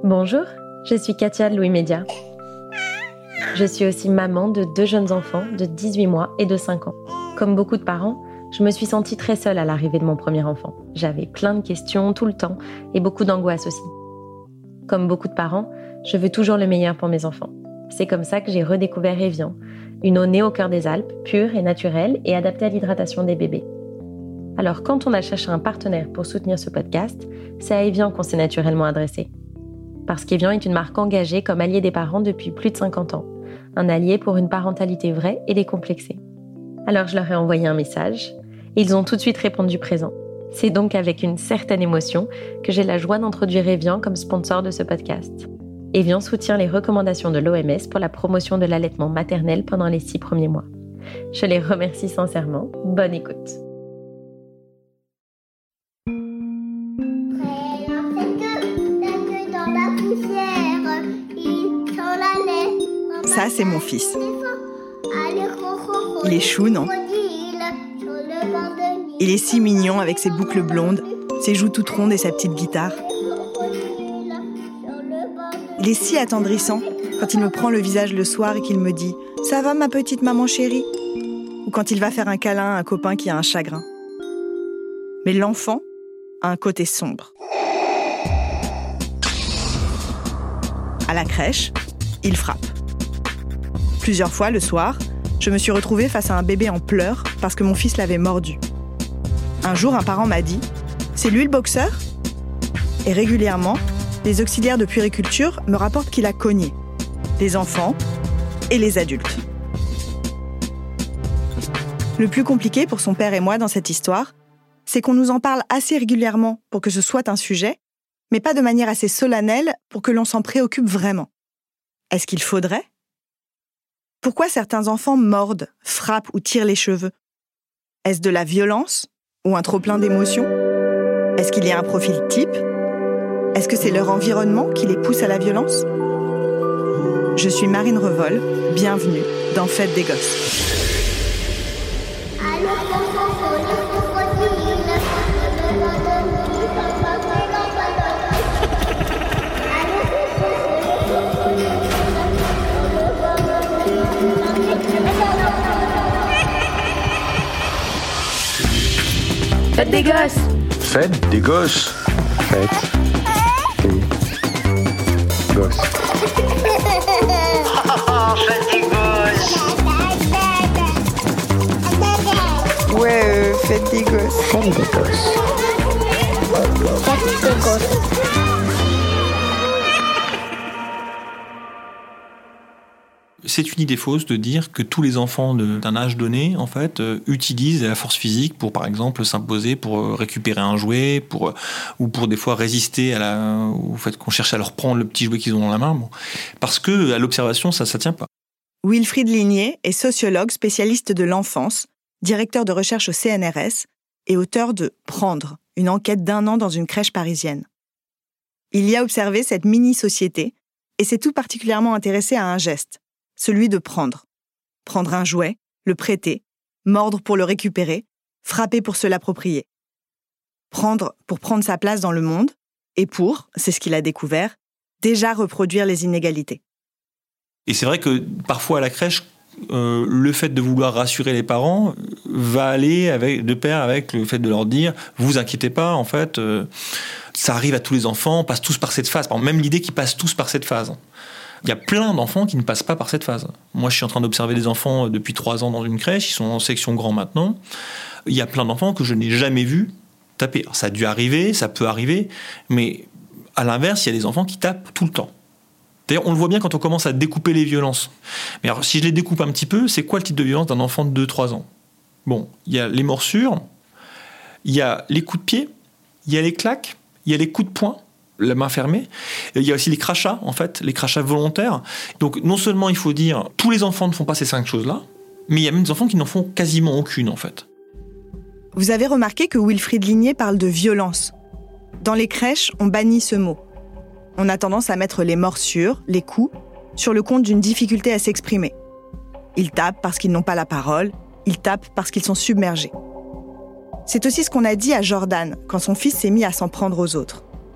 Bonjour, je suis Katia de Louis Média. Je suis aussi maman de 2 jeunes enfants de 18 mois et de 5 ans. Comme beaucoup de parents, je me suis sentie très seule à l'arrivée de mon premier enfant. J'avais plein de questions tout le temps et beaucoup d'angoisse aussi. Comme beaucoup de parents, je veux toujours le meilleur pour mes enfants. C'est comme ça que j'ai redécouvert Evian, une eau née au cœur des Alpes, pure et naturelle et adaptée à l'hydratation des bébés. Alors quand on a cherché un partenaire pour soutenir ce podcast, c'est à Evian qu'on s'est naturellement adressé. Parce qu'Evian est une marque engagée comme allié des parents depuis plus de 50 ans. Un allié pour une parentalité vraie et décomplexée. Alors je leur ai envoyé un message et ils ont tout de suite répondu présent. C'est donc avec une certaine émotion que j'ai la joie d'introduire Evian comme sponsor de ce podcast. Evian soutient les recommandations de l'OMS pour la promotion de l'allaitement maternel pendant les 6 premiers mois. Je les remercie sincèrement. Bonne écoute. Ça, c'est mon fils. Il est chou, non ? Il est si mignon avec ses boucles blondes, ses joues toutes rondes et sa petite guitare. Il est si attendrissant quand il me prend le visage le soir et qu'il me dit « Ça va ma petite maman chérie ?» ou quand il va faire un câlin à un copain qui a un chagrin. Mais l'enfant a un côté sombre. À la crèche, il frappe. Plusieurs fois, le soir, je me suis retrouvée face à un bébé en pleurs parce que mon fils l'avait mordu. Un jour, un parent m'a dit « C'est lui le boxeur ?» Et régulièrement, les auxiliaires de puériculture me rapportent qu'il a cogné. Les enfants et les adultes. Le plus compliqué pour son père et moi dans cette histoire, c'est qu'on nous en parle assez régulièrement pour que ce soit un sujet, mais pas de manière assez solennelle pour que l'on s'en préoccupe vraiment. Est-ce qu'il faudrait ? Pourquoi certains enfants mordent, frappent ou tirent les cheveux ? Est-ce de la violence ou un trop-plein d'émotions ? Est-ce qu'il y a un profil type ? Est-ce que c'est leur environnement qui les pousse à la violence ? Je suis Marine Revol, bienvenue dans Fête des Gosses. Fête des Gosses. Fête des Gosses. Fête des Gosses. Fête des Gosses. Ouais, Fête des Gosses. Fête des Gosses. Fête des Gosses. C'est une idée fausse de dire que tous les enfants d'un âge donné, en fait, utilisent la force physique pour, par exemple, s'imposer, pour récupérer un jouet, ou pour des fois résister au fait qu'on cherche à leur prendre le petit jouet qu'ils ont dans la main. Bon. Parce que à l'observation, ça tient pas. Wilfried Ligné est sociologue spécialiste de l'enfance, directeur de recherche au CNRS et auteur de « Prendre », une enquête d'1 an dans une crèche parisienne. Il y a observé cette mini-société et s'est tout particulièrement intéressé à un geste. Celui de prendre. Prendre un jouet, le prêter, mordre pour le récupérer, frapper pour se l'approprier. Prendre pour prendre sa place dans le monde et pour, c'est ce qu'il a découvert, déjà reproduire les inégalités. Et c'est vrai que parfois à la crèche, le fait de vouloir rassurer les parents va aller de pair avec le fait de leur dire « vous inquiétez pas, en fait, ça arrive à tous les enfants, on passe tous par cette phase ». Même l'idée qu'ils passent tous par cette phase. Il y a plein d'enfants qui ne passent pas par cette phase. Moi, je suis en train d'observer des enfants depuis 3 ans dans une crèche, ils sont en section grand maintenant. Il y a plein d'enfants que je n'ai jamais vus taper. Alors, ça a dû arriver, ça peut arriver, mais à l'inverse, il y a des enfants qui tapent tout le temps. D'ailleurs, on le voit bien quand on commence à découper les violences. Mais alors, si je les découpe un petit peu, c'est quoi le type de violence d'un enfant de 2-3 ans ? Bon, il y a les morsures, il y a les coups de pied, il y a les claques, il y a les coups de poing, la main fermée. Il y a aussi les crachats, en fait, les crachats volontaires. Donc, non seulement il faut dire tous les enfants ne font pas ces 5 choses-là, mais il y a même des enfants qui n'en font quasiment aucune, en fait. Vous avez remarqué que Wilfried Ligné parle de violence. Dans les crèches, on bannit ce mot. On a tendance à mettre les morsures, les coups, sur le compte d'une difficulté à s'exprimer. Ils tapent parce qu'ils n'ont pas la parole, ils tapent parce qu'ils sont submergés. C'est aussi ce qu'on a dit à Jordan quand son fils s'est mis à s'en prendre aux autres.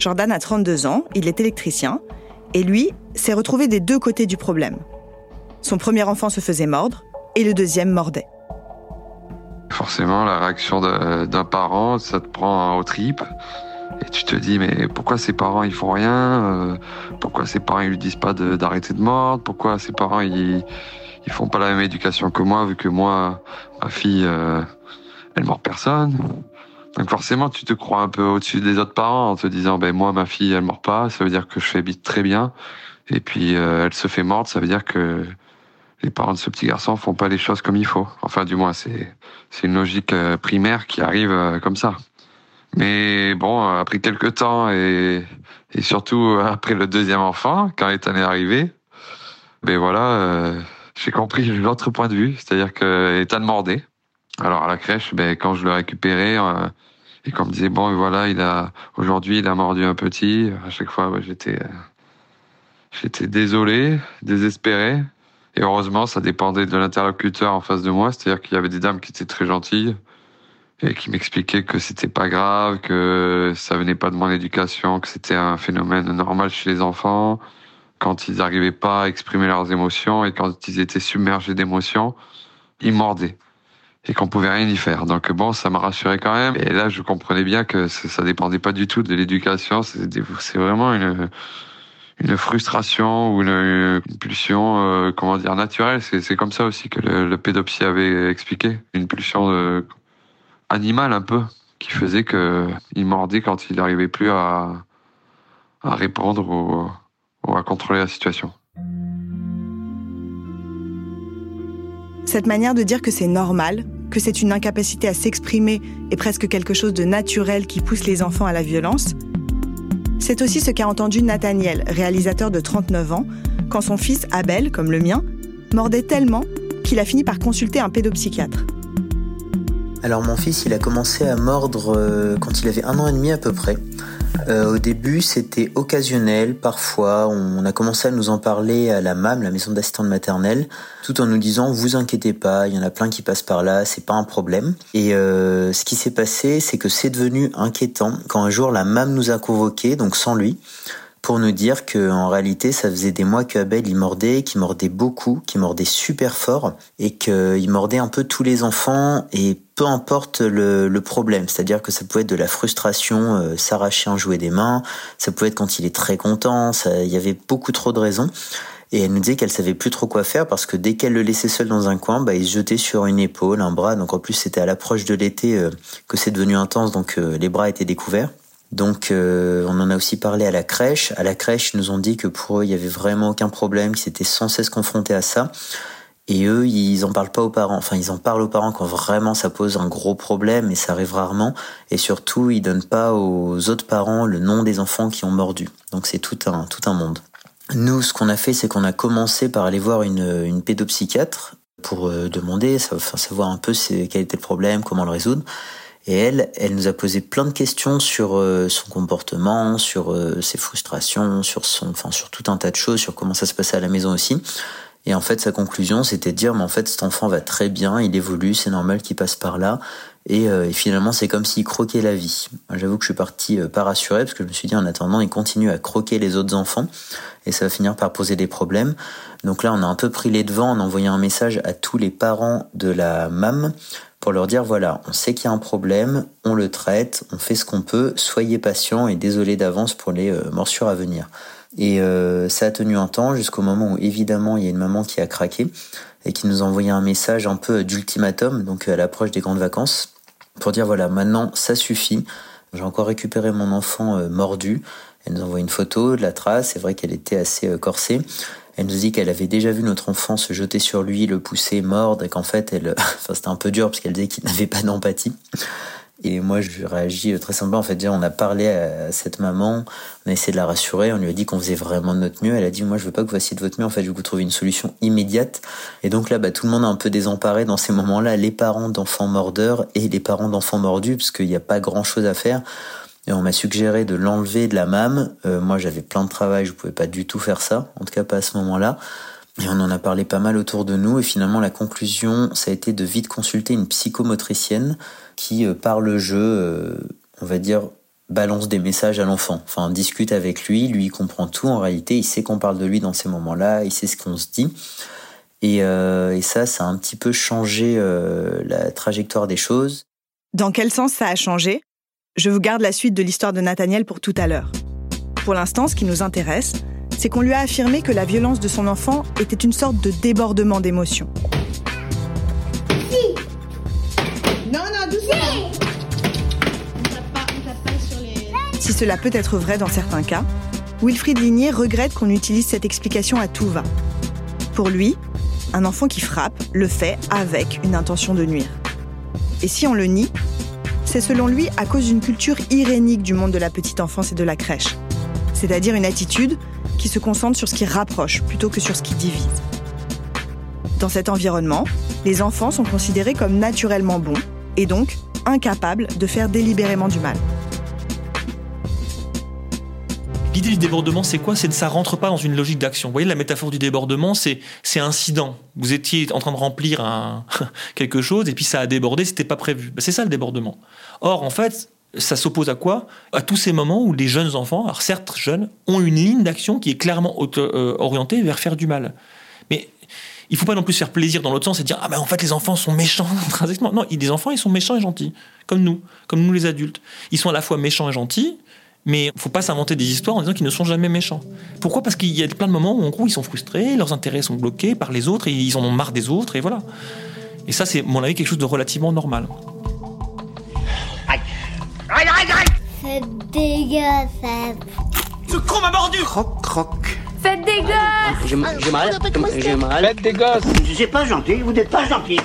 Jordan a 32 ans, il est électricien, et lui s'est retrouvé des deux côtés du problème. Son premier enfant se faisait mordre, et le deuxième mordait. Forcément, la réaction d'un parent, ça te prend aux tripes. Et tu te dis, mais pourquoi ses parents ils font rien, pourquoi ses parents ils lui disent pas d'arrêter de mordre, pourquoi ses parents ils font pas la même éducation que moi, vu que moi, ma fille, elle mord personne. Donc forcément, tu te crois un peu au-dessus des autres parents en te disant, ben moi, ma fille, elle mord pas, ça veut dire que je fais très bien. Et puis, elle se fait mordre, ça veut dire que les parents de ce petit garçon font pas les choses comme il faut. Enfin, du moins, c'est une logique primaire qui arrive comme ça. Mais bon, après quelques temps et surtout après le deuxième enfant, quand Ethan est arrivé, ben voilà, j'ai compris l'autre point de vue, c'est-à-dire que Ethan mordait. Alors à la crèche, ben quand je le récupérais et qu'on me disait bon voilà, aujourd'hui il a mordu un petit, à chaque fois j'étais désolé, désespéré. Et heureusement, ça dépendait de l'interlocuteur en face de moi, c'est-à-dire qu'il y avait des dames qui étaient très gentilles et qui m'expliquaient que c'était pas grave, que ça venait pas de mon éducation, que c'était un phénomène normal chez les enfants, quand ils n'arrivaient pas à exprimer leurs émotions et quand ils étaient submergés d'émotions, ils mordaient et qu'on pouvait rien y faire. Donc bon, ça m'a rassuré quand même. Et là, je comprenais bien que ça dépendait pas du tout de l'éducation, c'est vraiment une frustration ou une pulsion naturelle. C'est comme ça aussi que le pédopsie avait expliqué, une pulsion animale un peu, qui faisait qu'il mordait quand il n'arrivait plus à répondre ou à contrôler la situation. Cette manière de dire que c'est normal, que c'est une incapacité à s'exprimer et presque quelque chose de naturel qui pousse les enfants à la violence, c'est aussi ce qu'a entendu Nathaniel, réalisateur de 39 ans, quand son fils, Abel, comme le mien, mordait tellement qu'il a fini par consulter un pédopsychiatre. Alors mon fils, il a commencé à mordre quand il avait 1 an et demi à peu près. Au début, c'était occasionnel. Parfois, on a commencé à nous en parler à la MAM, la maison d'assistante maternelle, tout en nous disant « vous inquiétez pas, il y en a plein qui passent par là, c'est pas un problème ». Et ce qui s'est passé, c'est que c'est devenu inquiétant quand un jour la MAM nous a convoqués, donc sans lui, pour nous dire qu'en réalité, ça faisait des mois qu'Abel, il mordait, qu'il mordait beaucoup, qu'il mordait super fort, et qu'il mordait un peu tous les enfants, et peu importe le problème. C'est-à-dire que ça pouvait être de la frustration, s'arracher un jouet des mains, ça pouvait être quand il est très content, il y avait beaucoup trop de raisons. Et elle nous disait qu'elle savait plus trop quoi faire parce que dès qu'elle le laissait seul dans un coin, il se jetait sur une épaule, un bras. Donc en plus, c'était à l'approche de l'été que c'est devenu intense, donc les bras étaient découverts. Donc on en a aussi parlé à la crèche. À la crèche, ils nous ont dit que pour eux, il y avait vraiment aucun problème, qu'ils étaient sans cesse confrontés à ça. Et eux, ils en parlent pas aux parents. Enfin, ils en parlent aux parents quand vraiment ça pose un gros problème, et ça arrive rarement. Et surtout, ils donnent pas aux autres parents le nom des enfants qui ont mordu. Donc c'est tout un monde. Nous, ce qu'on a fait, c'est qu'on a commencé par aller voir une pédopsychiatre pour demander, savoir un peu quel était le problème, comment le résoudre. Et elle nous a posé plein de questions sur son comportement, sur ses frustrations, sur tout un tas de choses, sur comment ça se passait à la maison aussi. Et en fait, sa conclusion, c'était de dire, mais en fait, cet enfant va très bien, il évolue, c'est normal qu'il passe par là. Et finalement, c'est comme s'il croquait la vie. J'avoue que je suis parti pas rassuré, parce que je me suis dit, en attendant, il continue à croquer les autres enfants, et ça va finir par poser des problèmes. Donc là, on a un peu pris les devants en envoyant un message à tous les parents de la MAM, pour leur dire, voilà, on sait qu'il y a un problème, on le traite, on fait ce qu'on peut, soyez patients et désolé d'avance pour les morsures à venir. Et ça a tenu un temps jusqu'au moment où évidemment il y a une maman qui a craqué et qui nous a envoyé un message un peu d'ultimatum, donc à l'approche des grandes vacances, pour dire voilà, maintenant ça suffit, j'ai encore récupéré mon enfant mordu. Elle nous envoie une photo de la trace, c'est vrai qu'elle était assez corsée. Elle nous dit qu'elle avait déjà vu notre enfant se jeter sur lui, le pousser, mordre, et qu'en fait, c'était un peu dur parce qu'elle disait qu'il n'avait pas d'empathie. Et moi, je réagis très simplement. En fait, déjà, on a parlé à cette maman, on a essayé de la rassurer, on lui a dit qu'on faisait vraiment de notre mieux. Elle a dit, moi, je veux pas que vous fassiez de votre mieux, en fait, je veux que vous trouviez une solution immédiate. Et donc là, tout le monde a un peu désemparé dans ces moments-là, les parents d'enfants mordeurs et les parents d'enfants mordus, parce qu'il n'y a pas grand-chose à faire. Et on m'a suggéré de l'enlever de la MAM. Moi, j'avais plein de travail, je pouvais pas du tout faire ça, en tout cas pas à ce moment-là. Et on en a parlé pas mal autour de nous. Et finalement, la conclusion, ça a été de vite consulter une psychomotricienne qui, par le jeu, on va dire, balance des messages à l'enfant. Enfin, discute avec lui, lui il comprend tout. En réalité, il sait qu'on parle de lui dans ces moments-là, il sait ce qu'on se dit. Et ça a un petit peu changé la trajectoire des choses. Dans quel sens ça a changé ? Je vous garde la suite de l'histoire de Nathaniel pour tout à l'heure. Pour l'instant, ce qui nous intéresse, c'est qu'on lui a affirmé que la violence de son enfant était une sorte de débordement d'émotions. Si. Non, doucement. Si cela peut être vrai dans certains cas, Wilfried Ligné regrette qu'on utilise cette explication à tout va. Pour lui, un enfant qui frappe le fait avec une intention de nuire. Et si on le nie, c'est selon lui à cause d'une culture irénique du monde de la petite enfance et de la crèche. C'est-à-dire une attitude qui se concentre sur ce qui rapproche plutôt que sur ce qui divise. Dans cet environnement, les enfants sont considérés comme naturellement bons et donc incapables de faire délibérément du mal. L'idée du débordement, c'est quoi ? C'est que ça rentre pas dans une logique d'action. Vous voyez, la métaphore du débordement, c'est incident. Vous étiez en train de remplir quelque chose, et puis ça a débordé, c'était pas prévu. C'est ça le débordement. Or, en fait, ça s'oppose à quoi ? À tous ces moments où les jeunes enfants, alors certes jeunes, ont une ligne d'action qui est clairement orientée vers faire du mal. Mais il faut pas non plus se faire plaisir dans l'autre sens et dire « Ah ben en fait, les enfants sont méchants intrinsèquement. » Non, les enfants, ils sont méchants et gentils, comme nous les adultes. Ils sont à la fois méchants et gentils, mais il ne faut pas s'inventer des histoires en disant qu'ils ne sont jamais méchants. Pourquoi ? Parce qu'il y a plein de moments où, en gros, ils sont frustrés, leurs intérêts sont bloqués par les autres, et ils en ont marre des autres, et voilà. Et ça, c'est, à mon avis, quelque chose de relativement normal. C'est dégueulasse. Ce con m'a mordu ! Croc, croc. Faites des gosses. J'ai mal. Faites des gosses. C'est pas gentil, vous n'êtes pas gentil.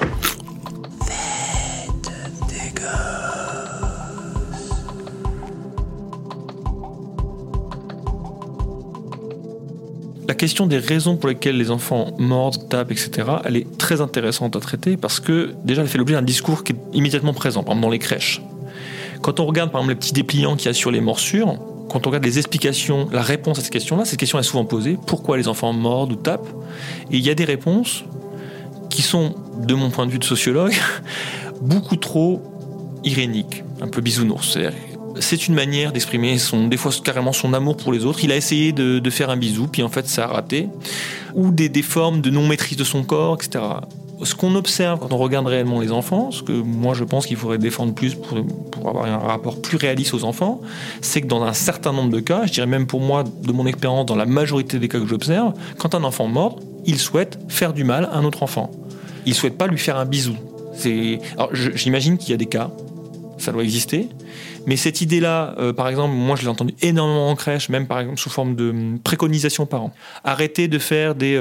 La question des raisons pour lesquelles les enfants mordent, tapent, etc., elle est très intéressante à traiter parce que, déjà, elle fait l'objet d'un discours qui est immédiatement présent, par exemple dans les crèches. Quand on regarde, par exemple, les petits dépliants qu'il y a sur les morsures, quand on regarde les explications, la réponse à cette question-là est souvent posée. Pourquoi les enfants mordent ou tapent ? Et il y a des réponses qui sont, de mon point de vue de sociologue, beaucoup trop iréniques, un peu bisounours. C'est une manière d'exprimer des fois carrément son amour pour les autres. Il a essayé de faire un bisou, puis en fait ça a raté. Ou des formes de non-maîtrise de son corps, etc. Ce qu'on observe quand on regarde réellement les enfants, ce que moi je pense qu'il faudrait défendre plus pour avoir un rapport plus réaliste aux enfants, c'est que dans un certain nombre de cas, je dirais même pour moi, de mon expérience, dans la majorité des cas que j'observe, quand un enfant mord, il souhaite faire du mal à un autre enfant. Il ne souhaite pas lui faire un bisou. Alors j'imagine qu'il y a des cas, ça doit exister. Mais cette idée-là, par exemple, moi je l'ai entendue énormément en crèche, même par exemple sous forme de préconisation aux parents. Arrêtez de faire des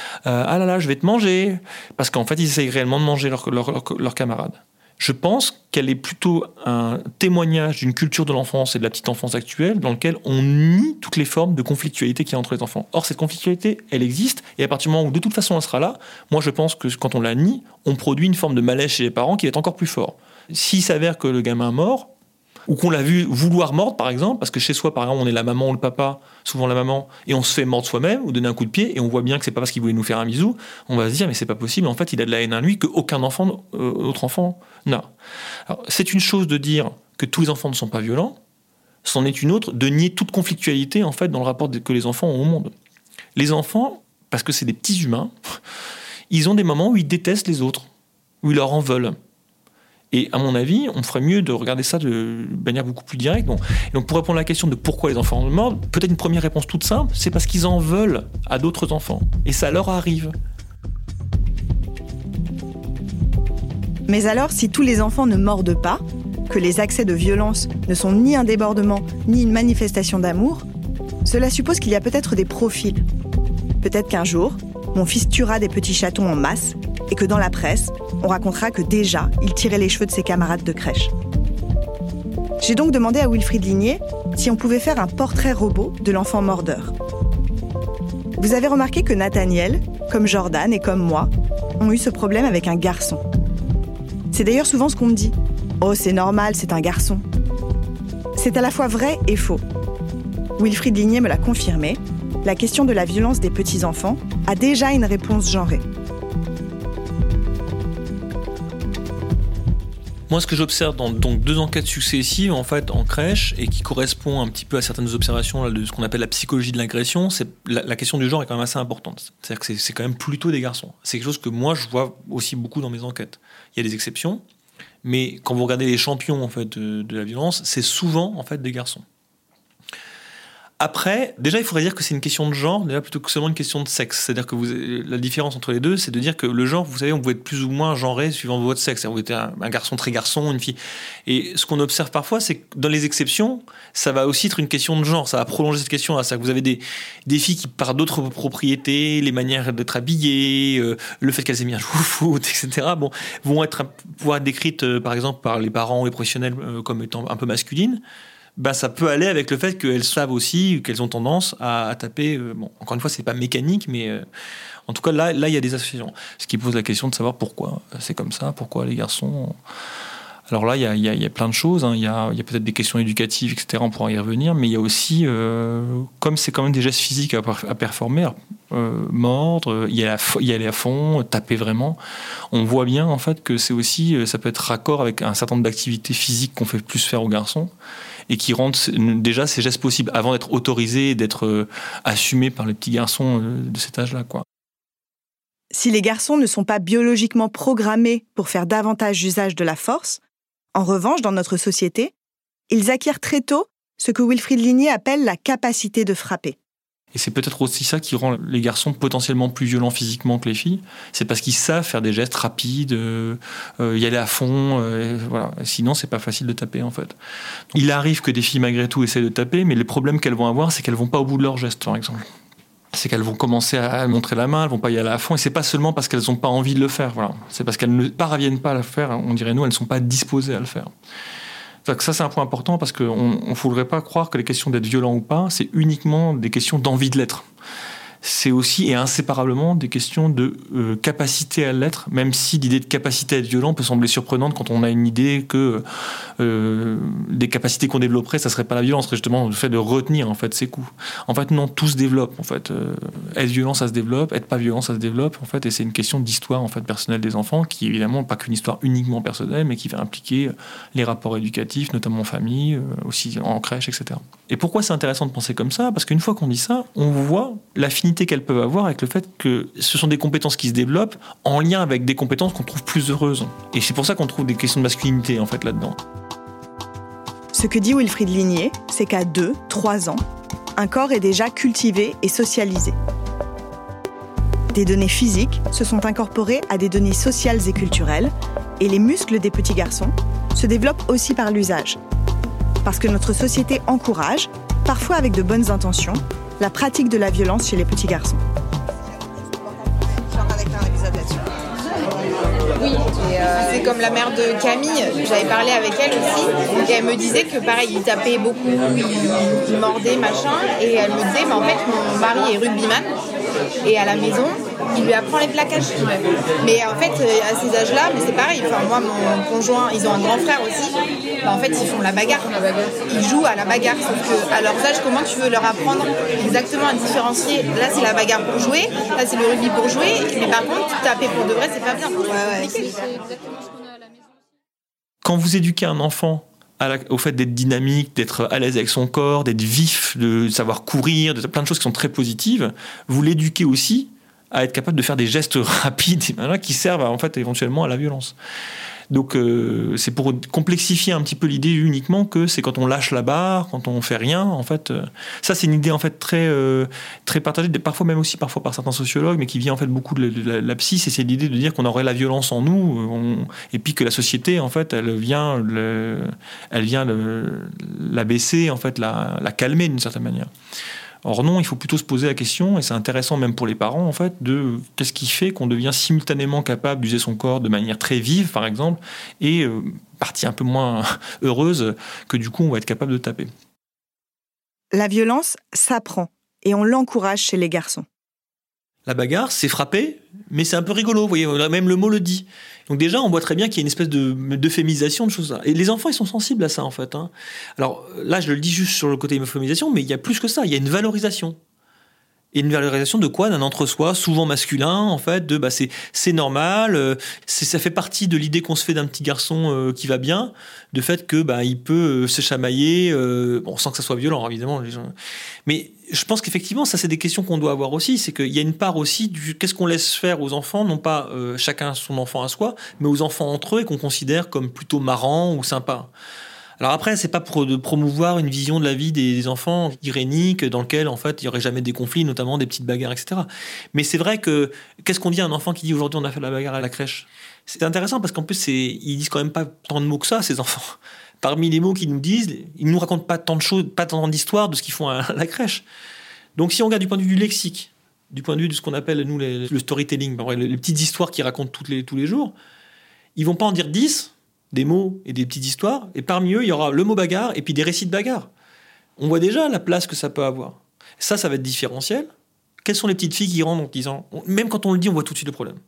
ah là là, je vais te manger, parce qu'en fait ils essayent réellement de manger leurs camarades. Je pense qu'elle est plutôt un témoignage d'une culture de l'enfance et de la petite enfance actuelle dans lequel on nie toutes les formes de conflictualité qu'il y a entre les enfants. Or cette conflictualité, elle existe, et à partir du moment où de toute façon elle sera là, moi je pense que quand on la nie, on produit une forme de malaise chez les parents qui est encore plus fort. S'il s'avère que le gamin mord, ou qu'on l'a vu vouloir mordre, par exemple, parce que chez soi, par exemple, on est la maman ou le papa, souvent la maman, et on se fait mordre soi-même, ou donner un coup de pied, et on voit bien que c'est pas parce qu'il voulait nous faire un bisou, on va se dire, mais c'est pas possible, en fait, il a de la haine à lui qu'aucun autre enfant n'a. Alors, c'est une chose de dire que tous les enfants ne sont pas violents, c'en est une autre de nier toute conflictualité, en fait, dans le rapport que les enfants ont au monde. Les enfants, parce que c'est des petits humains, ils ont des moments où ils détestent les autres, où ils leur en veulent. Et à mon avis, on ferait mieux de regarder ça de manière beaucoup plus directe. Donc pour répondre à la question de pourquoi les enfants mordent, peut-être une première réponse toute simple, c'est parce qu'ils en veulent à d'autres enfants. Et ça leur arrive. Mais alors, si tous les enfants ne mordent pas, que les accès de violence ne sont ni un débordement, ni une manifestation d'amour, cela suppose qu'il y a peut-être des profils. Peut-être qu'un jour, mon fils tuera des petits chatons en masse, et que dans la presse, on racontera que déjà, il tirait les cheveux de ses camarades de crèche. J'ai donc demandé à Wilfried Ligné si on pouvait faire un portrait robot de l'enfant mordeur. Vous avez remarqué que Nathaniel, comme Jordan et comme moi, ont eu ce problème avec un garçon. C'est d'ailleurs souvent ce qu'on me dit. « Oh, c'est normal, c'est un garçon. » C'est à la fois vrai et faux. Wilfried Ligné me l'a confirmé, la question de la violence des petits-enfants a déjà une réponse genrée. Moi, ce que j'observe dans donc 2 enquêtes successives, en fait, en crèche, et qui correspond un petit peu à certaines observations là, de ce qu'on appelle la psychologie de l'agression, c'est la question du genre est quand même assez importante. C'est-à-dire que c'est quand même plutôt des garçons. C'est quelque chose que moi, je vois aussi beaucoup dans mes enquêtes. Il y a des exceptions, mais quand vous regardez les champions en fait de la violence, c'est souvent en fait des garçons. Après, déjà, il faudrait dire que c'est une question de genre, déjà plutôt que seulement une question de sexe. C'est-à-dire que la différence entre les deux, c'est de dire que le genre, vous savez, on peut être plus ou moins genré suivant votre sexe. C'est-à-dire, vous êtes un garçon très garçon, une fille. Et ce qu'on observe parfois, c'est que dans les exceptions, ça va aussi être une question de genre. Ça va prolonger cette question-là. C'est-à-dire que vous avez des filles qui, par d'autres propriétés, les manières d'être habillées, le fait qu'elles aient bien joué au foot, etc., vont pouvoir être décrites, par exemple, par les parents ou les professionnels comme étant un peu masculines. Ça peut aller avec le fait qu'elles savent aussi qu'elles ont tendance à taper. Encore une fois, c'est pas mécanique, mais en tout cas, là, il y a des associations. Ce qui pose la question de savoir pourquoi c'est comme ça, pourquoi les garçons. Alors là, il y a plein de choses. Il y a peut-être des questions éducatives, etc. On pourra y revenir, mais il y a aussi, comme c'est quand même des gestes physiques à performer, mordre, y aller à fond, taper vraiment. On voit bien en fait que c'est aussi, ça peut être raccord avec un certain nombre d'activités physiques qu'on fait plus faire aux garçons, et qui rendent déjà ces gestes possibles avant d'être autorisés, d'être assumés par les petits garçons de cet âge-là, quoi. Si les garçons ne sont pas biologiquement programmés pour faire davantage usage de la force, en revanche, dans notre société, ils acquièrent très tôt ce que Wilfried Ligné appelle la capacité de frapper. Et c'est peut-être aussi ça qui rend les garçons potentiellement plus violents physiquement que les filles. C'est parce qu'ils savent faire des gestes rapides, y aller à fond. Voilà. Sinon, c'est pas facile de taper, en fait. Il arrive que des filles, malgré tout, essaient de taper, mais les problèmes qu'elles vont avoir, c'est qu'elles vont pas au bout de leurs gestes, par exemple. C'est qu'elles vont commencer à montrer la main, elles vont pas y aller à fond, et c'est pas seulement parce qu'elles ont pas envie de le faire. Voilà. C'est parce qu'elles ne parviennent pas à le faire. On dirait nous, elles ne sont pas disposées à le faire. Ça, c'est un point important parce qu'on ne faudrait pas croire que les questions d'être violent ou pas, c'est uniquement des questions d'envie de l'être. C'est aussi et inséparablement des questions de capacité à l'être, même si l'idée de capacité à être violent peut sembler surprenante quand on a une idée que des capacités qu'on développerait, ça serait pas la violence, justement le fait de retenir en fait ses coups. En fait, non, tout se développe. En fait, être violent, ça se développe, être pas violent, ça se développe. En fait, et c'est une question d'histoire en fait personnelle des enfants, qui évidemment pas qu'une histoire uniquement personnelle, mais qui va impliquer les rapports éducatifs, notamment en famille, aussi en crèche, etc. Et pourquoi c'est intéressant de penser comme ça ? Parce qu'une fois qu'on dit ça, on voit l'affinité qu'elles peuvent avoir avec le fait que ce sont des compétences qui se développent en lien avec des compétences qu'on trouve plus heureuses. Et c'est pour ça qu'on trouve des questions de masculinité en fait là-dedans. Ce que dit Wilfried Ligné, c'est qu'à 2-3 ans, un corps est déjà cultivé et socialisé. Des données physiques se sont incorporées à des données sociales et culturelles, et les muscles des petits garçons se développent aussi par l'usage. Parce que notre société encourage, parfois avec de bonnes intentions, la pratique de la violence chez les petits garçons. Oui, c'est comme la mère de Camille, j'avais parlé avec elle aussi, et elle me disait que pareil, il tapait beaucoup, il mordait, machin, et elle me disait, mais en fait, mon mari est rugbyman, et à la maison, il lui apprend les plaquages. Mais en fait, à ces âges-là, mais c'est pareil, enfin, moi, mon conjoint, ils ont un grand frère aussi, en fait, ils font la bagarre. Ils jouent à la bagarre, sauf qu'à leur âge, comment tu veux leur apprendre exactement à différencier ? Là, c'est la bagarre pour jouer, là, c'est le rugby pour jouer, mais par contre, taper pour de vrai, c'est pas bien. Quand vous éduquez un enfant au fait d'être dynamique, d'être à l'aise avec son corps, d'être vif, de savoir courir, de plein de choses qui sont très positives, vous l'éduquez aussi à être capable de faire des gestes rapides qui servent en fait éventuellement à la violence. Donc c'est pour complexifier un petit peu l'idée uniquement que c'est quand on lâche la barre, quand on fait rien, en fait. Ça, c'est une idée en fait très partagée, parfois même aussi parfois par certains sociologues, mais qui vient en fait beaucoup de la psy. C'est l'idée de dire qu'on aurait la violence en nous, et puis que la société en fait, elle vient l'abaisser, en fait, la calmer d'une certaine manière. Or non, il faut plutôt se poser la question, et c'est intéressant même pour les parents, en fait, de qu'est-ce qui fait qu'on devient simultanément capable d'user son corps de manière très vive, par exemple, et partie un peu moins heureuse, que du coup, on va être capable de taper. La violence s'apprend, et on l'encourage chez les garçons. La bagarre, c'est frapper, mais c'est un peu rigolo, vous voyez, même le mot le dit. Donc déjà, on voit très bien qu'il y a une espèce d'euphémisation de choses là. Et les enfants, ils sont sensibles à ça, en fait. Alors là, je le dis juste sur le côté euphémisation, mais il y a plus que ça, il y a une valorisation. Et une valorisation de quoi ? D'un entre-soi, souvent masculin, en fait, de c'est normal, ça fait partie de l'idée qu'on se fait d'un petit garçon qui va bien, de fait que il peut se chamailler, sans que ça soit violent, évidemment. Les gens. Mais je pense qu'effectivement, ça, c'est des questions qu'on doit avoir aussi, c'est qu'il y a une part aussi du qu'est-ce qu'on laisse faire aux enfants, non pas chacun son enfant à soi, mais aux enfants entre eux et qu'on considère comme plutôt marrant ou sympa. Alors après, c'est pas pour de promouvoir une vision de la vie des enfants irénique dans lequel, en fait, il y aurait jamais des conflits, notamment des petites bagarres, etc. Mais c'est vrai que, qu'est-ce qu'on dit à un enfant qui dit aujourd'hui on a fait la bagarre à la crèche ? C'est intéressant parce qu'en plus, ils disent quand même pas tant de mots que ça, ces enfants. Parmi les mots qu'ils nous disent, ils nous racontent pas tant de choses, pas tant d'histoires de ce qu'ils font à la crèche. Donc si on regarde du point de vue du lexique, du point de vue de ce qu'on appelle, nous, le storytelling, les petites histoires qu'ils racontent tous les jours, ils vont pas en dire 10, des mots et des petites histoires, et parmi eux, il y aura le mot bagarre et puis des récits de bagarre. On voit déjà la place que ça peut avoir. Ça va être différentiel. Quelles sont les petites filles qui rentrent en disant... Même quand on le dit, on voit tout de suite le problème.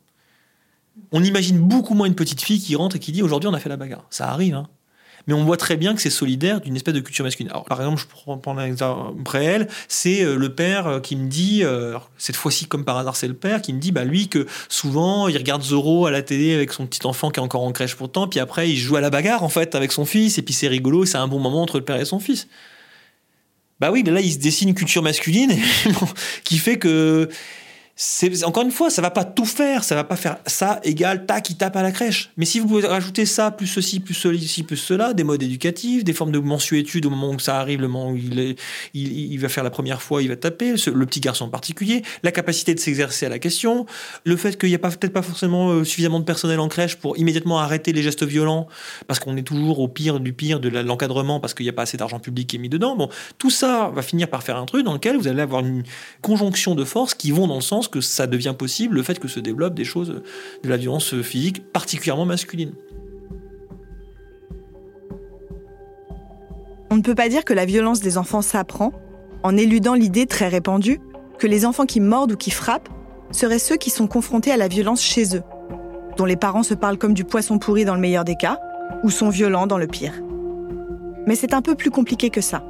On imagine beaucoup moins une petite fille qui rentre et qui dit « Aujourd'hui, on a fait la bagarre ». Ça arrive, hein. Mais on voit très bien que c'est solidaire d'une espèce de culture masculine. Alors, par exemple, je pourrais prendre un exemple réel, c'est le père qui me dit, cette fois-ci comme par hasard c'est le père, qui me dit lui que souvent il regarde Zorro à la télé avec son petit enfant qui est encore en crèche pourtant, puis après il joue à la bagarre en fait avec son fils, et puis c'est rigolo, et c'est un bon moment entre le père et son fils. Oui, mais là il se dessine une culture masculine qui fait que... encore une fois, ça va pas tout faire, ça va pas faire ça égale tac, il tape à la crèche. Mais si vous pouvez rajouter ça, plus ceci, plus ceci, plus cela, des modes éducatifs, des formes de mensuétude au moment où ça arrive, le moment où il va faire la première fois, il va taper, le petit garçon en particulier, la capacité de s'exercer à la question, le fait qu'il n'y a peut-être pas forcément suffisamment de personnel en crèche pour immédiatement arrêter les gestes violents, parce qu'on est toujours au pire du pire de l'encadrement, parce qu'il n'y a pas assez d'argent public qui est mis dedans. Bon, tout ça va finir par faire un truc dans lequel vous allez avoir une conjonction de forces qui vont dans le sens que ça devient possible, le fait que se développent des choses, de la violence physique particulièrement masculine. On ne peut pas dire que la violence des enfants s'apprend en éludant l'idée très répandue que les enfants qui mordent ou qui frappent seraient ceux qui sont confrontés à la violence chez eux, dont les parents se parlent comme du poisson pourri dans le meilleur des cas, ou sont violents dans le pire. Mais c'est un peu plus compliqué que ça.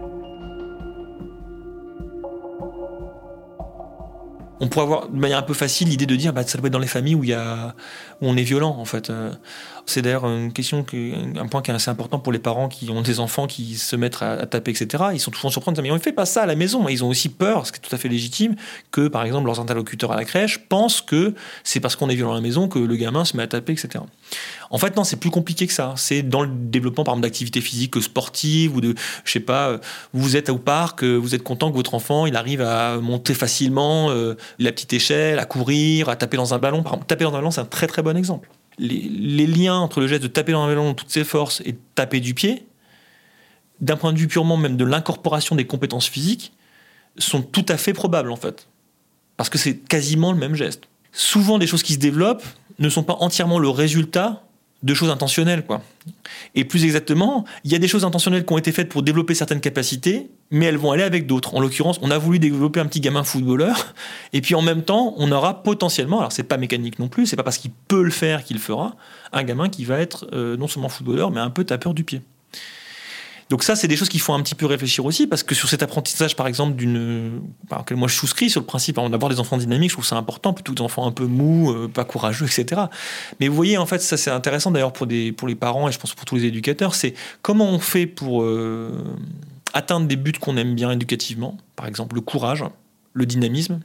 On pourrait avoir de manière un peu facile l'idée de dire ça doit être dans les familles où on est violent en fait. C'est d'ailleurs un point qui est assez important pour les parents qui ont des enfants qui se mettent à taper, etc. Ils sont souvent surpris de dire mais on ne fait pas ça à la maison. Ils ont aussi peur, ce qui est tout à fait légitime, que par exemple leurs interlocuteurs à la crèche pensent que c'est parce qu'on est violent à la maison que le gamin se met à taper, etc. En fait non, c'est plus compliqué que ça. C'est dans le développement par exemple d'activités physiques sportives ou de, je sais pas, vous êtes au parc, vous êtes content que votre enfant il arrive à monter facilement la petite échelle, à courir, à taper dans un ballon. Par exemple, taper dans un ballon, c'est un très très bon exemple. Les liens entre le geste de taper dans un ballon de toutes ses forces et de taper du pied, d'un point de vue purement même de l'incorporation des compétences physiques, sont tout à fait probables en fait. Parce que c'est quasiment le même geste. Souvent, les choses qui se développent ne sont pas entièrement le résultat de choses intentionnelles, quoi. Et plus exactement, il y a des choses intentionnelles qui ont été faites pour développer certaines capacités, mais elles vont aller avec d'autres. En l'occurrence, on a voulu développer un petit gamin footballeur, et puis en même temps, on aura potentiellement, alors c'est pas mécanique non plus, c'est pas parce qu'il peut le faire qu'il le fera, un gamin qui va être non seulement footballeur, mais un peu tapeur du pied. Donc ça, c'est des choses qu'il faut un petit peu réfléchir aussi, parce que sur cet apprentissage, par exemple, auquel moi je souscris sur le principe d'avoir des enfants dynamiques, je trouve ça important, plutôt que des enfants un peu mous, pas courageux, etc. Mais vous voyez, en fait, ça c'est intéressant d'ailleurs pour les parents, et je pense pour tous les éducateurs, c'est comment on fait pour atteindre des buts qu'on aime bien éducativement, par exemple le courage, le dynamisme,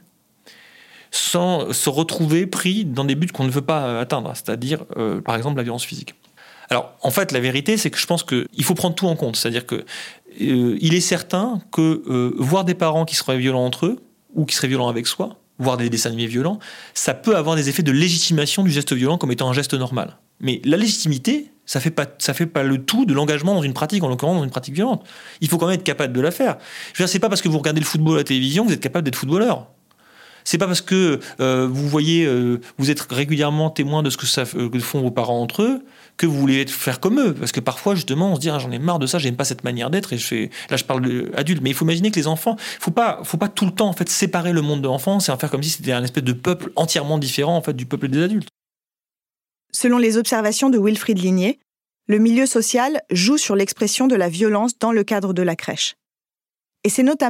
sans se retrouver pris dans des buts qu'on ne veut pas atteindre, c'est-à-dire, par exemple, la violence physique. Alors, en fait, la vérité, c'est que je pense qu'il faut prendre tout en compte. C'est-à-dire que il est certain que voir des parents qui seraient violents entre eux, ou qui seraient violents avec soi, voir des dessins animés violents, ça peut avoir des effets de légitimation du geste violent comme étant un geste normal. Mais la légitimité, ça fait pas le tout de l'engagement dans une pratique, en l'occurrence dans une pratique violente. Il faut quand même être capable de la faire. Je veux dire, c'est pas parce que vous regardez le football à la télévision que vous êtes capable d'être footballeur. C'est pas parce que vous voyez, vous êtes régulièrement témoin de ce que font vos parents entre eux que vous voulez faire comme eux. Parce que parfois, justement, on se dit j'en ai marre de ça, j'aime pas cette manière d'être. Là, je parle d'adulte, mais il faut imaginer que les enfants, faut pas tout le temps en fait séparer le monde de l'enfance et en faire comme si c'était un espèce de peuple entièrement différent en fait du peuple des adultes. Selon les observations de Wilfried Ligné, le milieu social joue sur l'expression de la violence dans le cadre de la crèche. Et c'est notamment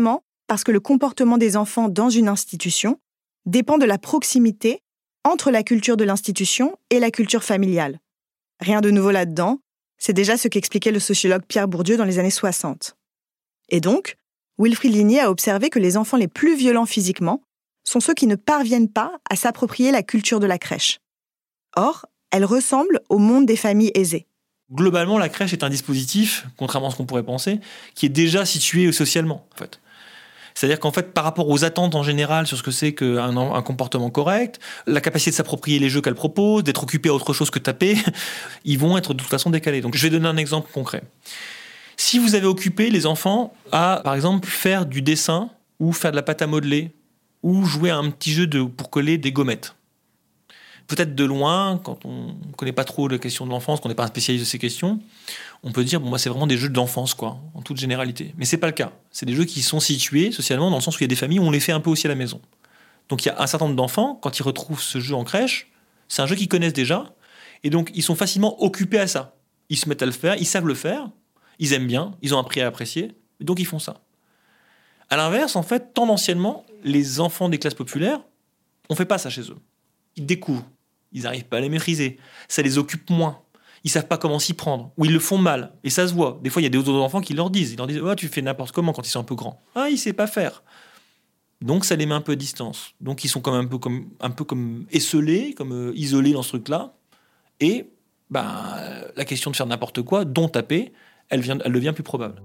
parce que le comportement des enfants dans une institution dépend de la proximité entre la culture de l'institution et la culture familiale. Rien de nouveau là-dedans, c'est déjà ce qu'expliquait le sociologue Pierre Bourdieu dans les années 60. Et donc, Wilfried Ligné a observé que les enfants les plus violents physiquement sont ceux qui ne parviennent pas à s'approprier la culture de la crèche. Or, elle ressemble au monde des familles aisées. Globalement, la crèche est un dispositif, contrairement à ce qu'on pourrait penser, qui est déjà situé socialement, en fait. C'est-à-dire qu'en fait, par rapport aux attentes en général sur ce que c'est qu'un comportement correct, la capacité de s'approprier les jeux qu'elle propose, d'être occupé à autre chose que taper, ils vont être de toute façon décalés. Donc je vais donner un exemple concret. Si vous avez occupé les enfants à, par exemple, faire du dessin ou faire de la pâte à modeler ou jouer à un petit jeu pour coller des gommettes, peut-être de loin, quand on ne connaît pas trop les questions de l'enfance, qu'on n'est pas un spécialiste de ces questions, on peut dire, c'est vraiment des jeux d'enfance, quoi, en toute généralité. Mais c'est pas le cas. C'est des jeux qui sont situés socialement, dans le sens où il y a des familles où on les fait un peu aussi à la maison. Donc il y a un certain nombre d'enfants, quand ils retrouvent ce jeu en crèche, c'est un jeu qu'ils connaissent déjà, et donc ils sont facilement occupés à ça. Ils se mettent à le faire, ils savent le faire, ils aiment bien, ils ont appris à apprécier, donc ils font ça. À l'inverse, en fait, tendanciellement, les enfants des classes populaires, on fait pas ça chez eux. Ils découvrent. Ils n'arrivent pas à les maîtriser. Ça les occupe moins. Ils ne savent pas comment s'y prendre. Ou ils le font mal. Et ça se voit. Des fois, il y a des autres enfants qui leur disent. Ils leur disent « tu fais n'importe comment quand ils sont un peu grands. » Ah, il ne sait pas faire. Donc, ça les met un peu à distance. Donc, ils sont comme un peu comme esselés, comme isolés dans ce truc-là. Et la question de faire n'importe quoi, dont taper, elle devient plus probable.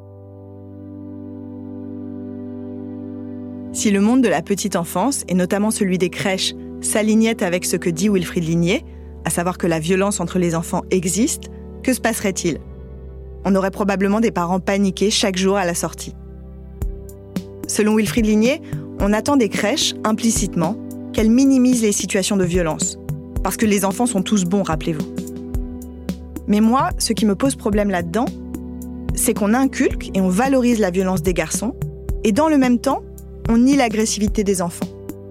Si le monde de la petite enfance, et notamment celui des crèches, s'alignait avec ce que dit Wilfried Ligné, à savoir que la violence entre les enfants existe, que se passerait-il ? On aurait probablement des parents paniqués chaque jour à la sortie. Selon Wilfried Ligné, on attend des crèches, implicitement, qu'elles minimisent les situations de violence. Parce que les enfants sont tous bons, rappelez-vous. Mais moi, ce qui me pose problème là-dedans, c'est qu'on inculque et on valorise la violence des garçons, et dans le même temps, on nie l'agressivité des enfants.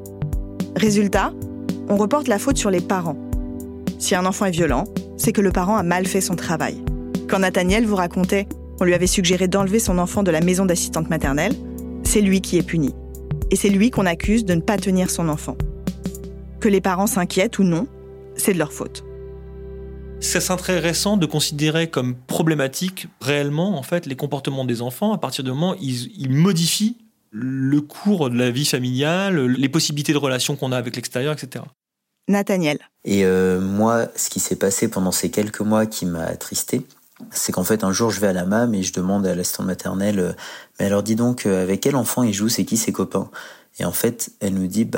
Résultat, on reporte la faute sur les parents. Si un enfant est violent, c'est que le parent a mal fait son travail. Quand Nathaniel vous racontait qu'on lui avait suggéré d'enlever son enfant de la maison d'assistante maternelle, c'est lui qui est puni. Et c'est lui qu'on accuse de ne pas tenir son enfant. Que les parents s'inquiètent ou non, c'est de leur faute. Ça serait très récent de considérer comme problématique réellement en fait les comportements des enfants à partir du moment où ils modifient le cours de la vie familiale, les possibilités de relations qu'on a avec l'extérieur, etc. Nathaniel. Et moi, ce qui s'est passé pendant ces quelques mois qui m'a attristé, c'est qu'en fait, un jour, je vais à la MAM et je demande à l'assistante maternelle « Mais alors, dis donc, avec quel enfant il joue, c'est qui ses copains ?» Et en fait, elle nous dit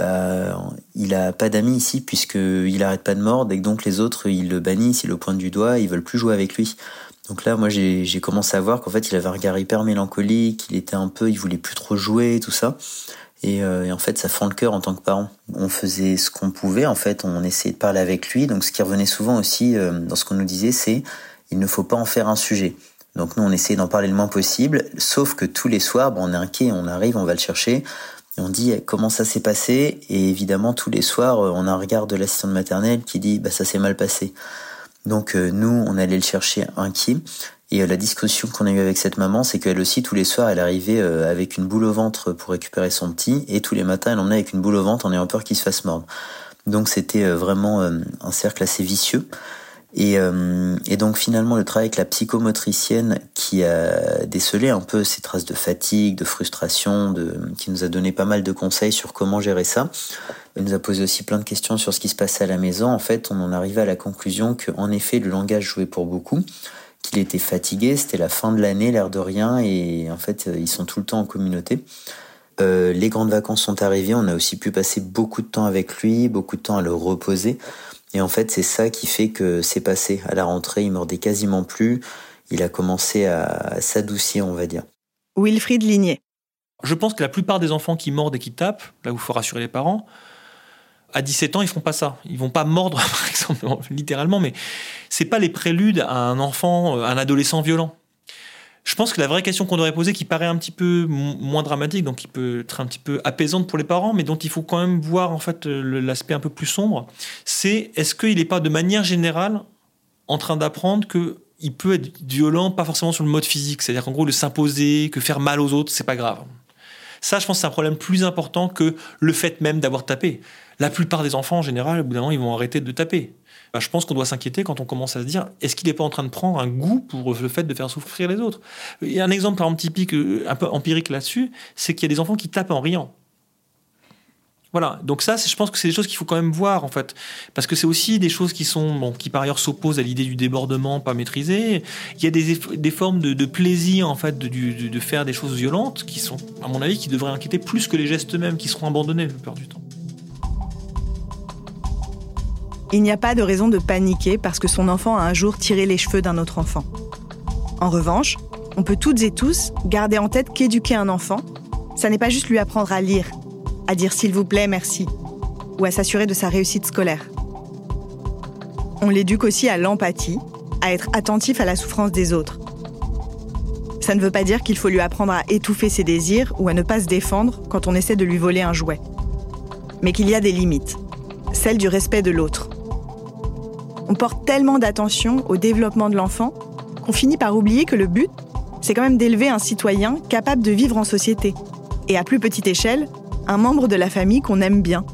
il a pas d'amis ici puisqu'il arrête pas de mordre et que donc les autres, ils le bannissent, ils le pointent du doigt, ils veulent plus jouer avec lui. Donc là, moi, j'ai commencé à voir qu'en fait, il avait un regard hyper mélancolique, il voulait plus trop jouer, tout ça. Et en fait, ça fend le cœur en tant que parent. On faisait ce qu'on pouvait, en fait, on essayait de parler avec lui. Donc, ce qui revenait souvent aussi dans ce qu'on nous disait, c'est il ne faut pas en faire un sujet. Donc, nous, on essayait d'en parler le moins possible, sauf que tous les soirs, on est inquiet, on arrive, on va le chercher, et on dit comment ça s'est passé. Et évidemment, tous les soirs, on a un regard de l'assistante maternelle qui dit ça s'est mal passé. Donc nous, on allait le chercher inquiet. Et la discussion qu'on a eue avec cette maman, c'est qu'elle aussi, tous les soirs, elle arrivait avec une boule au ventre pour récupérer son petit. Et tous les matins, elle emmenait avec une boule au ventre en ayant peur qu'il se fasse mordre. Donc c'était vraiment un cercle assez vicieux. Et donc finalement, le travail avec la psychomotricienne qui a décelé un peu ces traces de fatigue, de frustration, qui nous a donné pas mal de conseils sur comment gérer ça. Elle nous a posé aussi plein de questions sur ce qui se passait à la maison. En fait, on en arrivait à la conclusion qu'en effet, le langage jouait pour beaucoup, qu'il était fatigué, c'était la fin de l'année, l'air de rien, et en fait, ils sont tout le temps en communauté. Les grandes vacances sont arrivées, on a aussi pu passer beaucoup de temps avec lui, beaucoup de temps à le reposer. Et en fait, c'est ça qui fait que c'est passé. À la rentrée, il mordait quasiment plus. Il a commencé à s'adoucir, on va dire. Wilfried Ligné. Je pense que la plupart des enfants qui mordent et qui tapent, là où il faut rassurer les parents, à 17 ans, ils ne font pas ça. Ils ne vont pas mordre, par exemple, littéralement, mais ce n'est pas les préludes à un enfant, un adolescent violent. Je pense que la vraie question qu'on devrait poser, qui paraît un petit peu moins dramatique, donc qui peut être un petit peu apaisante pour les parents, mais dont il faut quand même voir en fait l'aspect un peu plus sombre, c'est est-ce qu'il n'est pas de manière générale en train d'apprendre qu'il peut être violent, pas forcément sur le mode physique, c'est-à-dire qu'en gros, le s'imposer, que faire mal aux autres, c'est pas grave. Ça, je pense que c'est un problème plus important que le fait même d'avoir tapé. La plupart des enfants, en général, au bout d'un moment, ils vont arrêter de taper. Je pense qu'on doit s'inquiéter quand on commence à se dire est-ce qu'il n'est pas en train de prendre un goût pour le fait de faire souffrir les autres. Il y a un exemple, par exemple, typique, un peu empirique là-dessus, c'est qu'il y a des enfants qui tapent en riant. Voilà, donc ça, je pense que c'est des choses qu'il faut quand même voir, en fait. Parce que c'est aussi des choses qui par ailleurs s'opposent à l'idée du débordement pas maîtrisé. Il y a des formes de plaisir, en fait, de faire des choses violentes qui sont, à mon avis, qui devraient inquiéter plus que les gestes eux-mêmes, qui seront abandonnés la plupart du temps. Il n'y a pas de raison de paniquer parce que son enfant a un jour tiré les cheveux d'un autre enfant. En revanche, on peut toutes et tous garder en tête qu'éduquer un enfant, ça n'est pas juste lui apprendre à lire, à dire s'il vous plaît, merci, ou à s'assurer de sa réussite scolaire. On l'éduque aussi à l'empathie, à être attentif à la souffrance des autres. Ça ne veut pas dire qu'il faut lui apprendre à étouffer ses désirs ou à ne pas se défendre quand on essaie de lui voler un jouet. Mais qu'il y a des limites, celles du respect de l'autre. On porte tellement d'attention au développement de l'enfant qu'on finit par oublier que le but, c'est quand même d'élever un citoyen capable de vivre en société. Et à plus petite échelle, un membre de la famille qu'on aime bien.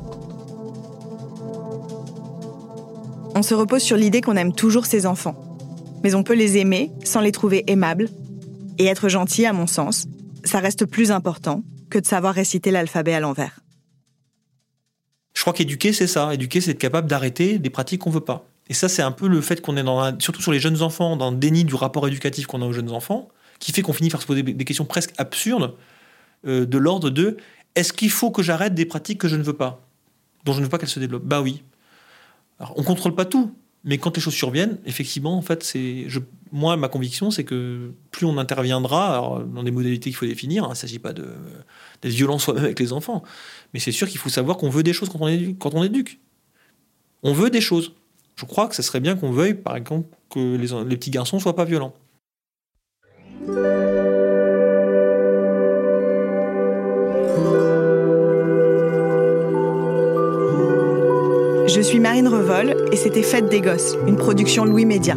On se repose sur l'idée qu'on aime toujours ses enfants. Mais on peut les aimer sans les trouver aimables. Et être gentil, à mon sens, ça reste plus important que de savoir réciter l'alphabet à l'envers. Je crois qu'éduquer, c'est ça. Éduquer, c'est être capable d'arrêter des pratiques qu'on veut pas. Et ça, c'est un peu le fait qu'on est surtout sur les jeunes enfants, dans le déni du rapport éducatif qu'on a aux jeunes enfants, qui fait qu'on finit par se poser des questions presque absurdes, de l'ordre de « est-ce qu'il faut que j'arrête des pratiques que je ne veux pas, dont je ne veux pas qu'elles se développent ?» Bah oui. Alors, on ne contrôle pas tout, mais quand les choses surviennent, effectivement, en fait, moi, ma conviction, c'est que plus on interviendra dans des modalités qu'il faut définir, il ne s'agit pas d'être violent soi-même avec les enfants, mais c'est sûr qu'il faut savoir qu'on veut des choses quand on éduque. On veut des choses. Je crois que ça serait bien qu'on veuille, par exemple, que les petits garçons ne soient pas violents. Je suis Marine Revol et c'était Fête des Gosses, une production Louis Média.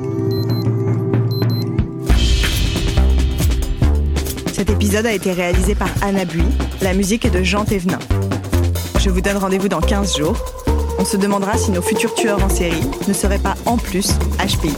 Cet épisode a été réalisé par Anna Bui, la musique est de Jean Thévenin. Je vous donne rendez-vous dans 15 jours. On se demandera si nos futurs tueurs en série ne seraient pas en plus HPI.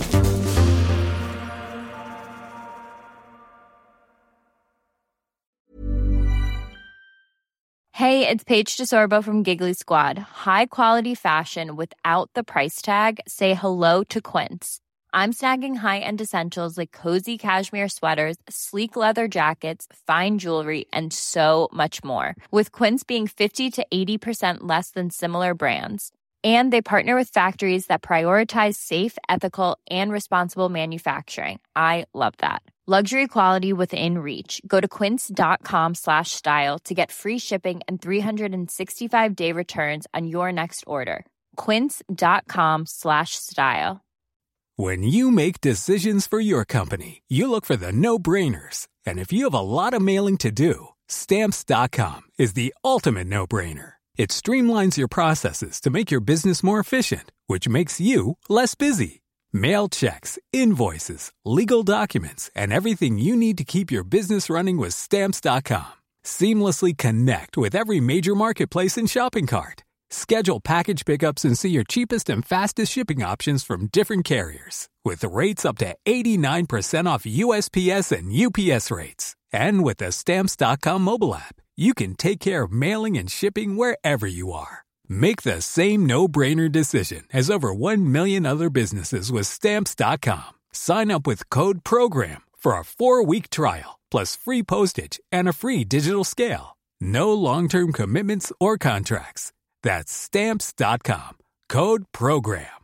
Hey, it's Paige DeSorbo from Giggly Squad. High quality fashion without the price tag. Say hello to Quince. I'm snagging high-end essentials like cozy cashmere sweaters, sleek leather jackets, fine jewelry, and so much more. With Quince being 50 to 80% less than similar brands. And they partner with factories that prioritize safe, ethical, and responsible manufacturing. I love that. Luxury quality within reach. Go to quince.com/style to get free shipping and 365-day returns on your next order. Quince.com/style. When you make decisions for your company, you look for the no-brainers. And if you have a lot of mailing to do, Stamps.com is the ultimate no-brainer. It streamlines your processes to make your business more efficient, which makes you less busy. Mail checks, invoices, legal documents, and everything you need to keep your business running with Stamps.com. Seamlessly connect with every major marketplace and shopping cart. Schedule package pickups and see your cheapest and fastest shipping options from different carriers. With rates up to 89% off USPS and UPS rates. And with the Stamps.com mobile app, you can take care of mailing and shipping wherever you are. Make the same no-brainer decision as over 1 million other businesses with Stamps.com. Sign up with code PROGRAM for a 4-week trial, plus free postage and a free digital scale. No long-term commitments or contracts. That's Stamps.com. Code PROGRAM.